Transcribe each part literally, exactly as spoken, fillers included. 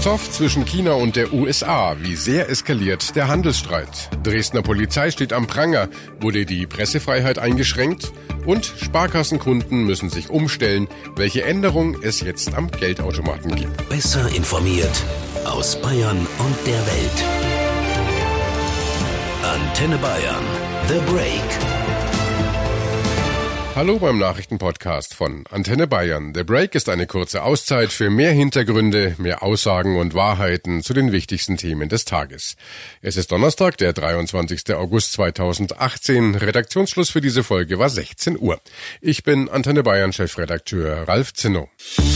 Zoff zwischen China und der U S A. Wie sehr eskaliert der Handelsstreit? Dresdner Polizei steht am Pranger. Wurde die Pressefreiheit eingeschränkt? Und Sparkassenkunden müssen sich umstellen, welche Änderung es jetzt am Geldautomaten gibt. Besser informiert aus Bayern und der Welt. Antenne Bayern. The Break. Hallo beim Nachrichtenpodcast von Antenne Bayern. The Break ist eine kurze Auszeit für mehr Hintergründe, mehr Aussagen und Wahrheiten zu den wichtigsten Themen des Tages. Es ist Donnerstag, der dreiundzwanzigster August zweitausendachtzehn. Redaktionsschluss für diese Folge war sechzehn Uhr. Ich bin Antenne Bayern Chefredakteur Ralf Zinnow.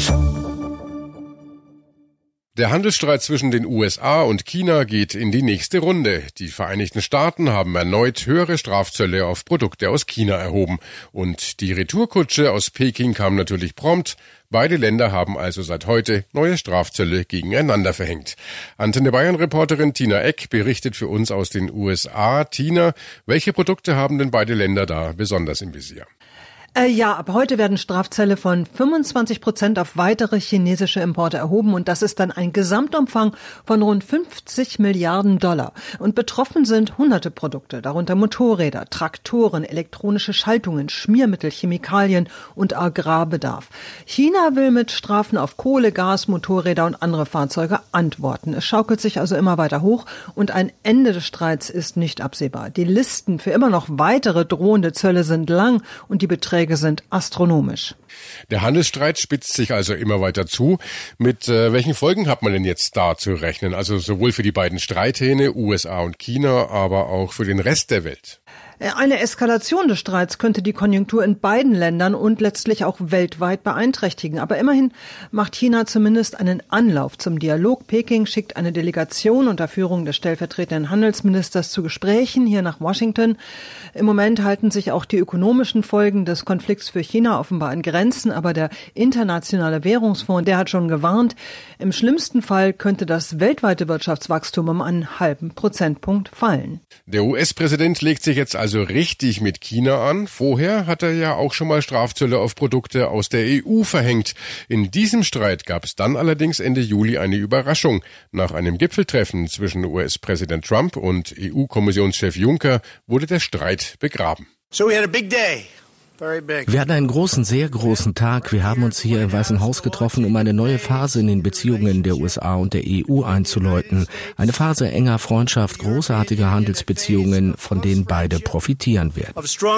Der Handelsstreit zwischen den U S A und China geht in die nächste Runde. Die Vereinigten Staaten haben erneut höhere Strafzölle auf Produkte aus China erhoben. Und die Retourkutsche aus Peking kam natürlich prompt. Beide Länder haben also seit heute neue Strafzölle gegeneinander verhängt. Antenne Bayern-Reporterin Tina Eck berichtet für uns aus den U S A. Tina, welche Produkte haben denn beide Länder da besonders im Visier? Äh, ja, ab heute werden Strafzölle von fünfundzwanzig Prozent auf weitere chinesische Importe erhoben und das ist dann ein Gesamtumfang von rund fünfzig Milliarden Dollar. Und betroffen sind hunderte Produkte, darunter Motorräder, Traktoren, elektronische Schaltungen, Schmiermittel, Chemikalien und Agrarbedarf. China will mit Strafen auf Kohle, Gas, Motorräder und andere Fahrzeuge antworten. Es schaukelt sich also immer weiter hoch und ein Ende des Streits ist nicht absehbar. Die Listen für immer noch weitere drohende Zölle sind lang und die Beträge sind astronomisch. Der Handelsstreit spitzt sich also immer weiter zu. Mit äh, welchen Folgen hat man denn jetzt da zu rechnen? Also sowohl für die beiden Streithähne, U S A und China, aber auch für den Rest der Welt. Eine Eskalation des Streits könnte die Konjunktur in beiden Ländern und letztlich auch weltweit beeinträchtigen. Aber immerhin macht China zumindest einen Anlauf zum Dialog. Peking schickt eine Delegation unter Führung des stellvertretenden Handelsministers zu Gesprächen hier nach Washington. Im Moment halten sich auch die ökonomischen Folgen des Konflikts für China offenbar in Grenzen. Aber der Internationale Währungsfonds, der hat schon gewarnt, im schlimmsten Fall könnte das weltweite Wirtschaftswachstum um einen halben Prozentpunkt fallen. Der U S-Präsident legt sich jetzt also richtig mit China an. Vorher hat er ja auch schon mal Strafzölle auf Produkte aus der E U verhängt. In diesem Streit gab es dann allerdings Ende Juli eine Überraschung. Nach einem Gipfeltreffen zwischen U S-Präsident Trump und E U-Kommissionschef Juncker wurde der Streit begraben. So we had a big day. Wir hatten einen großen, sehr großen Tag. Wir haben uns hier im Weißen Haus getroffen, um eine neue Phase in den Beziehungen der U S A und der E U einzuläuten. Eine Phase enger Freundschaft, großartiger Handelsbeziehungen, von denen beide profitieren werden.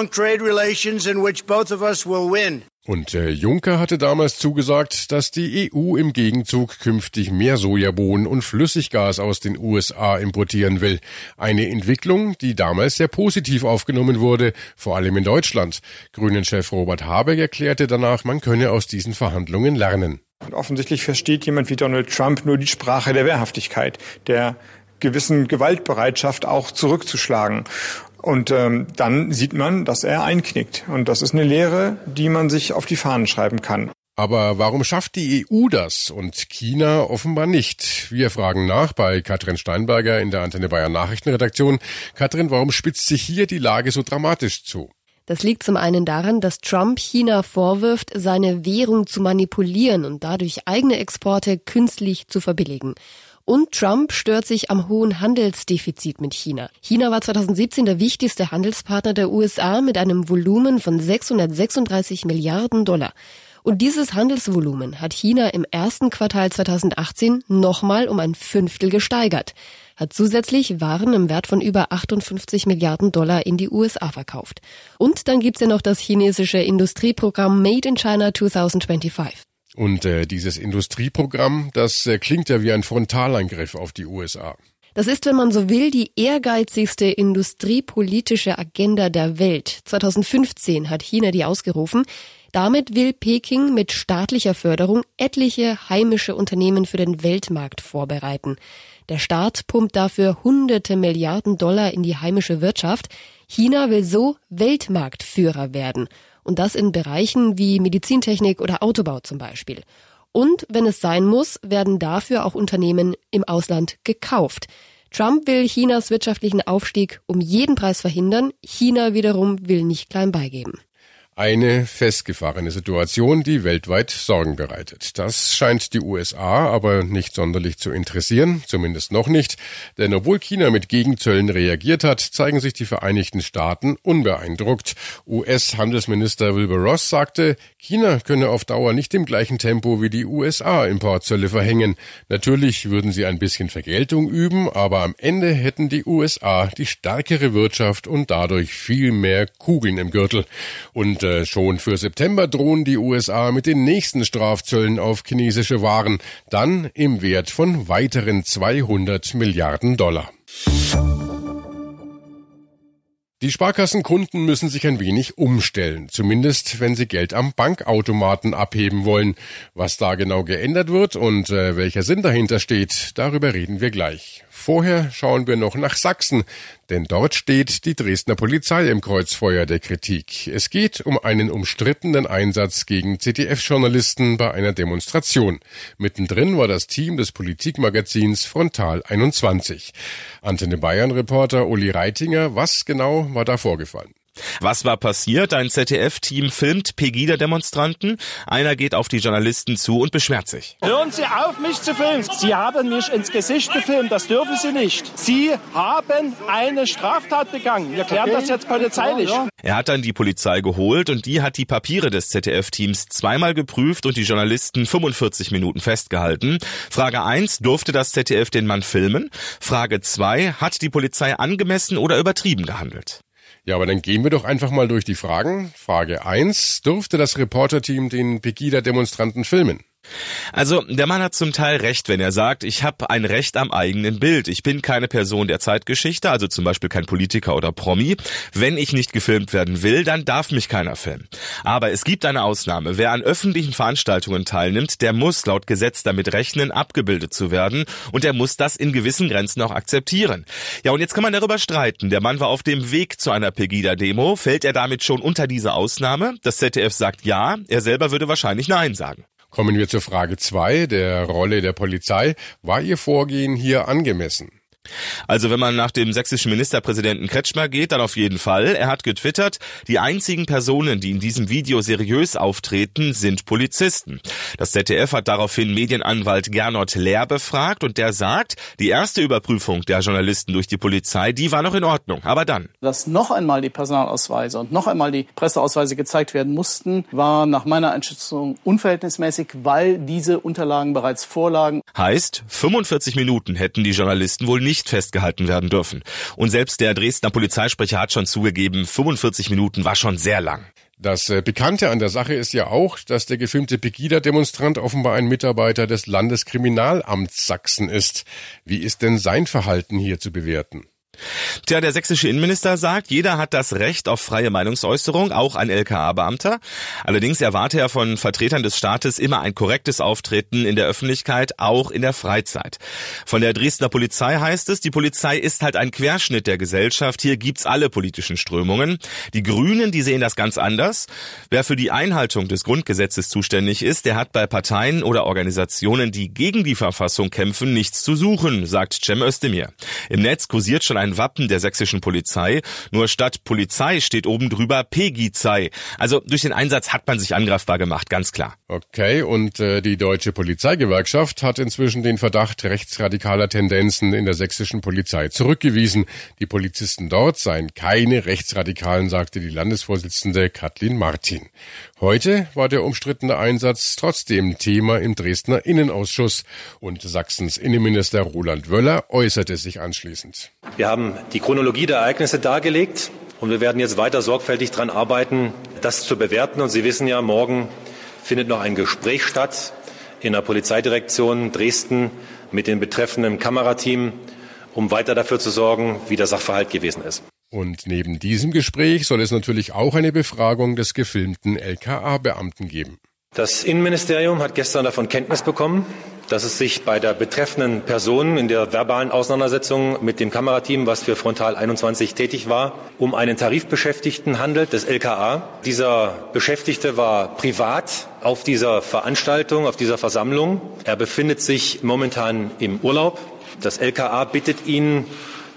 Und äh, Juncker hatte damals zugesagt, dass die E U im Gegenzug künftig mehr Sojabohnen und Flüssiggas aus den U S A importieren will. Eine Entwicklung, die damals sehr positiv aufgenommen wurde, vor allem in Deutschland. Grünen-Chef Robert Habeck erklärte danach, man könne aus diesen Verhandlungen lernen. Und offensichtlich versteht jemand wie Donald Trump nur die Sprache der Wehrhaftigkeit, der gewissen Gewaltbereitschaft auch zurückzuschlagen. Und ähm, dann sieht man, dass er einknickt. Und das ist eine Lehre, die man sich auf die Fahnen schreiben kann. Aber warum schafft die E U das und China offenbar nicht? Wir fragen nach bei Katrin Steinberger in der Antenne Bayern Nachrichtenredaktion. Katrin, warum spitzt sich hier die Lage so dramatisch zu? Das liegt zum einen daran, dass Trump China vorwirft, seine Währung zu manipulieren und dadurch eigene Exporte künstlich zu verbilligen. Und Trump stört sich am hohen Handelsdefizit mit China. China war zweitausendsiebzehn der wichtigste Handelspartner der U S A mit einem Volumen von sechshundertsechsunddreißig Milliarden Dollar. Und dieses Handelsvolumen hat China im ersten Quartal zweitausendachtzehn nochmal um ein Fünftel gesteigert, hat zusätzlich Waren im Wert von über achtundfünfzig Milliarden Dollar in die U S A verkauft. Und dann gibt's ja noch das chinesische Industrieprogramm Made in China zwanzig fünfundzwanzig. Und äh, dieses Industrieprogramm, das äh, klingt ja wie ein Frontalangriff auf die U S A. Das ist, wenn man so will, die ehrgeizigste industriepolitische Agenda der Welt. zweitausendfünfzehn hat China die ausgerufen. Damit will Peking mit staatlicher Förderung etliche heimische Unternehmen für den Weltmarkt vorbereiten. Der Staat pumpt dafür hunderte Milliarden Dollar in die heimische Wirtschaft. China will so Weltmarktführer werden. Und das in Bereichen wie Medizintechnik oder Autobau zum Beispiel. Und wenn es sein muss, werden dafür auch Unternehmen im Ausland gekauft. Trump will Chinas wirtschaftlichen Aufstieg um jeden Preis verhindern. China wiederum will nicht klein beigeben. Eine festgefahrene Situation, die weltweit Sorgen bereitet. Das scheint die U S A aber nicht sonderlich zu interessieren, zumindest noch nicht. Denn obwohl China mit Gegenzöllen reagiert hat, zeigen sich die Vereinigten Staaten unbeeindruckt. U S-Handelsminister Wilbur Ross sagte, China könne auf Dauer nicht im gleichen Tempo wie die U S A Importzölle verhängen. Natürlich würden sie ein bisschen Vergeltung üben, aber am Ende hätten die U S A die stärkere Wirtschaft und dadurch viel mehr Kugeln im Gürtel. Und äh, schon für September drohen die U S A mit den nächsten Strafzöllen auf chinesische Waren, dann im Wert von weiteren zweihundert Milliarden Dollar. Die Sparkassenkunden müssen sich ein wenig umstellen, zumindest wenn sie Geld am Bankautomaten abheben wollen. Was da genau geändert wird und äh, welcher Sinn dahinter steht, darüber reden wir gleich. Vorher schauen wir noch nach Sachsen, denn dort steht die Dresdner Polizei im Kreuzfeuer der Kritik. Es geht um einen umstrittenen Einsatz gegen Z D F-Journalisten bei einer Demonstration. Mittendrin war das Team des Politikmagazins Frontal einundzwanzig. Antenne Bayern-Reporter Uli Reitinger, was genau war da vorgefallen? Was war passiert? Ein Z D F-Team filmt Pegida-Demonstranten. Einer geht auf die Journalisten zu und beschwert sich. Hören Sie auf, mich zu filmen. Sie haben mich ins Gesicht gefilmt. Das dürfen Sie nicht. Sie haben eine Straftat begangen. Wir klären okay. das jetzt polizeilich. Ja, ja. Er hat dann die Polizei geholt und die hat die Papiere des Z D F-Teams zweimal geprüft und die Journalisten fünfundvierzig Minuten festgehalten. Frage eins, durfte das Z D F den Mann filmen? Frage zwei, hat die Polizei angemessen oder übertrieben gehandelt? Ja, aber dann gehen wir doch einfach mal durch die Fragen. Frage eins, durfte das Reporterteam den Pegida-Demonstranten filmen? Also, der Mann hat zum Teil recht, wenn er sagt, ich habe ein Recht am eigenen Bild. Ich bin keine Person der Zeitgeschichte, also zum Beispiel kein Politiker oder Promi. Wenn ich nicht gefilmt werden will, dann darf mich keiner filmen. Aber es gibt eine Ausnahme. Wer an öffentlichen Veranstaltungen teilnimmt, der muss laut Gesetz damit rechnen, abgebildet zu werden. Und er muss das in gewissen Grenzen auch akzeptieren. Ja, und jetzt kann man darüber streiten. Der Mann war auf dem Weg zu einer Pegida-Demo. Fällt er damit schon unter diese Ausnahme? Das Z D F sagt ja, er selber würde wahrscheinlich Nein sagen. Kommen wir zur Frage zwei, der Rolle der Polizei. War ihr Vorgehen hier angemessen? Also wenn man nach dem sächsischen Ministerpräsidenten Kretschmer geht, dann auf jeden Fall. Er hat getwittert, die einzigen Personen, die in diesem Video seriös auftreten, sind Polizisten. Das Z D F hat daraufhin Medienanwalt Gernot Lehr befragt und der sagt, die erste Überprüfung der Journalisten durch die Polizei, die war noch in Ordnung. Aber dann. Dass noch einmal die Personalausweise und noch einmal die Presseausweise gezeigt werden mussten, war nach meiner Einschätzung unverhältnismäßig, weil diese Unterlagen bereits vorlagen. Heißt, fünfundvierzig Minuten hätten die Journalisten wohl nicht nicht festgehalten werden dürfen. Und selbst der Dresdner Polizeisprecher hat schon zugegeben, fünfundvierzig Minuten war schon sehr lang. Das Bekannte an der Sache ist ja auch, dass der gefilmte Pegida-Demonstrant offenbar ein Mitarbeiter des Landeskriminalamts Sachsen ist. Wie ist denn sein Verhalten hier zu bewerten? Tja, der sächsische Innenminister sagt, jeder hat das Recht auf freie Meinungsäußerung, auch ein L K A-Beamter. Allerdings erwarte er von Vertretern des Staates immer ein korrektes Auftreten in der Öffentlichkeit, auch in der Freizeit. Von der Dresdner Polizei heißt es, die Polizei ist halt ein Querschnitt der Gesellschaft. Hier gibt's alle politischen Strömungen. Die Grünen, die sehen das ganz anders. Wer für die Einhaltung des Grundgesetzes zuständig ist, der hat bei Parteien oder Organisationen, die gegen die Verfassung kämpfen, nichts zu suchen, sagt Cem Özdemir. Im Netz kursiert schon ein ein Wappen der sächsischen Polizei, nur statt Polizei steht oben drüber Pegizei. Also durch den Einsatz hat man sich angreifbar gemacht, ganz klar. Okay, und äh, die Deutsche Polizeigewerkschaft hat inzwischen den Verdacht rechtsradikaler Tendenzen in der sächsischen Polizei zurückgewiesen. Die Polizisten dort seien keine Rechtsradikalen, sagte die Landesvorsitzende Kathleen Martin. Heute war der umstrittene Einsatz trotzdem Thema im Dresdner Innenausschuss und Sachsens Innenminister Roland Wöller äußerte sich anschließend. Wir haben die Chronologie der Ereignisse dargelegt und wir werden jetzt weiter sorgfältig daran arbeiten, das zu bewerten. Und Sie wissen ja, morgen findet noch ein Gespräch statt in der Polizeidirektion Dresden mit dem betreffenden Kamerateam, um weiter dafür zu sorgen, wie der Sachverhalt gewesen ist. Und neben diesem Gespräch soll es natürlich auch eine Befragung des gefilmten L K A-Beamten geben. Das Innenministerium hat gestern davon Kenntnis bekommen, dass es sich bei der betreffenden Person in der verbalen Auseinandersetzung mit dem Kamerateam, was für Frontal einundzwanzig tätig war, um einen Tarifbeschäftigten handelt des L K A. Dieser Beschäftigte war privat auf dieser Veranstaltung, auf dieser Versammlung. Er befindet sich momentan im Urlaub. Das L K A bittet ihn,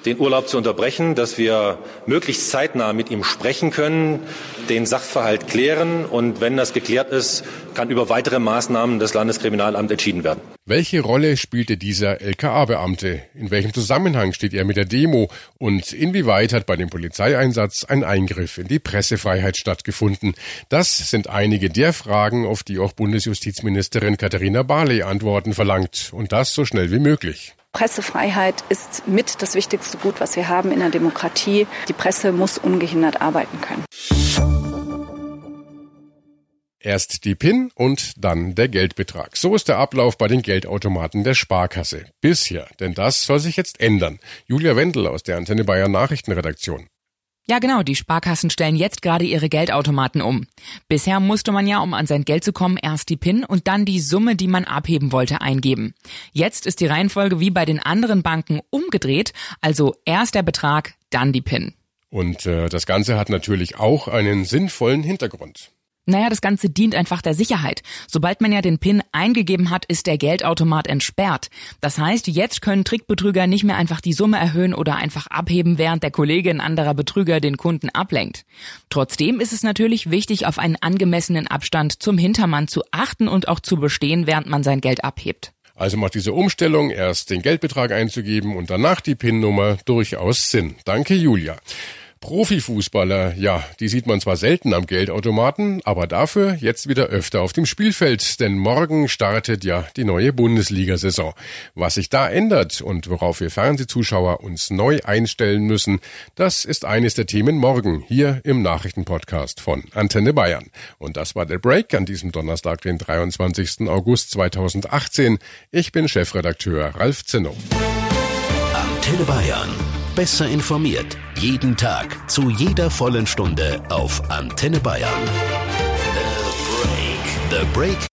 den Urlaub zu unterbrechen, dass wir möglichst zeitnah mit ihm sprechen können, den Sachverhalt klären und wenn das geklärt ist, kann über weitere Maßnahmen des Landeskriminalamts entschieden werden. Welche Rolle spielte dieser L K A-Beamte? In welchem Zusammenhang steht er mit der Demo? Und inwieweit hat bei dem Polizeieinsatz ein Eingriff in die Pressefreiheit stattgefunden? Das sind einige der Fragen, auf die auch Bundesjustizministerin Katharina Barley Antworten verlangt. Und das so schnell wie möglich. Pressefreiheit ist mit das wichtigste Gut, was wir haben in der Demokratie. Die Presse muss ungehindert arbeiten können. Erst die P I N und dann der Geldbetrag. So ist der Ablauf bei den Geldautomaten der Sparkasse. Bisher, denn das soll sich jetzt ändern. Julia Wendel aus der Antenne Bayern Nachrichtenredaktion. Ja genau, die Sparkassen stellen jetzt gerade ihre Geldautomaten um. Bisher musste man ja, um an sein Geld zu kommen, erst die P I N und dann die Summe, die man abheben wollte, eingeben. Jetzt ist die Reihenfolge wie bei den anderen Banken umgedreht, also erst der Betrag, dann die P I N. Und äh, das Ganze hat natürlich auch einen sinnvollen Hintergrund. Naja, das Ganze dient einfach der Sicherheit. Sobald man ja den P I N eingegeben hat, ist der Geldautomat entsperrt. Das heißt, jetzt können Trickbetrüger nicht mehr einfach die Summe erhöhen oder einfach abheben, während der Kollege ein anderer Betrüger den Kunden ablenkt. Trotzdem ist es natürlich wichtig, auf einen angemessenen Abstand zum Hintermann zu achten und auch zu bestehen, während man sein Geld abhebt. Also macht diese Umstellung, erst den Geldbetrag einzugeben und danach die P I N-Nummer, durchaus Sinn. Danke, Julia. Profifußballer, ja, die sieht man zwar selten am Geldautomaten, aber dafür jetzt wieder öfter auf dem Spielfeld, denn morgen startet ja die neue Bundesliga-Saison. Was sich da ändert und worauf wir Fernsehzuschauer uns neu einstellen müssen, das ist eines der Themen morgen hier im Nachrichtenpodcast von Antenne Bayern. Und das war der Break an diesem Donnerstag, den dreiundzwanzigsten August zweitausendachtzehn. Ich bin Chefredakteur Ralf Zinnow. Antenne Bayern. Besser informiert. Jeden Tag. Zu jeder vollen Stunde auf Antenne Bayern. The Break. The Break.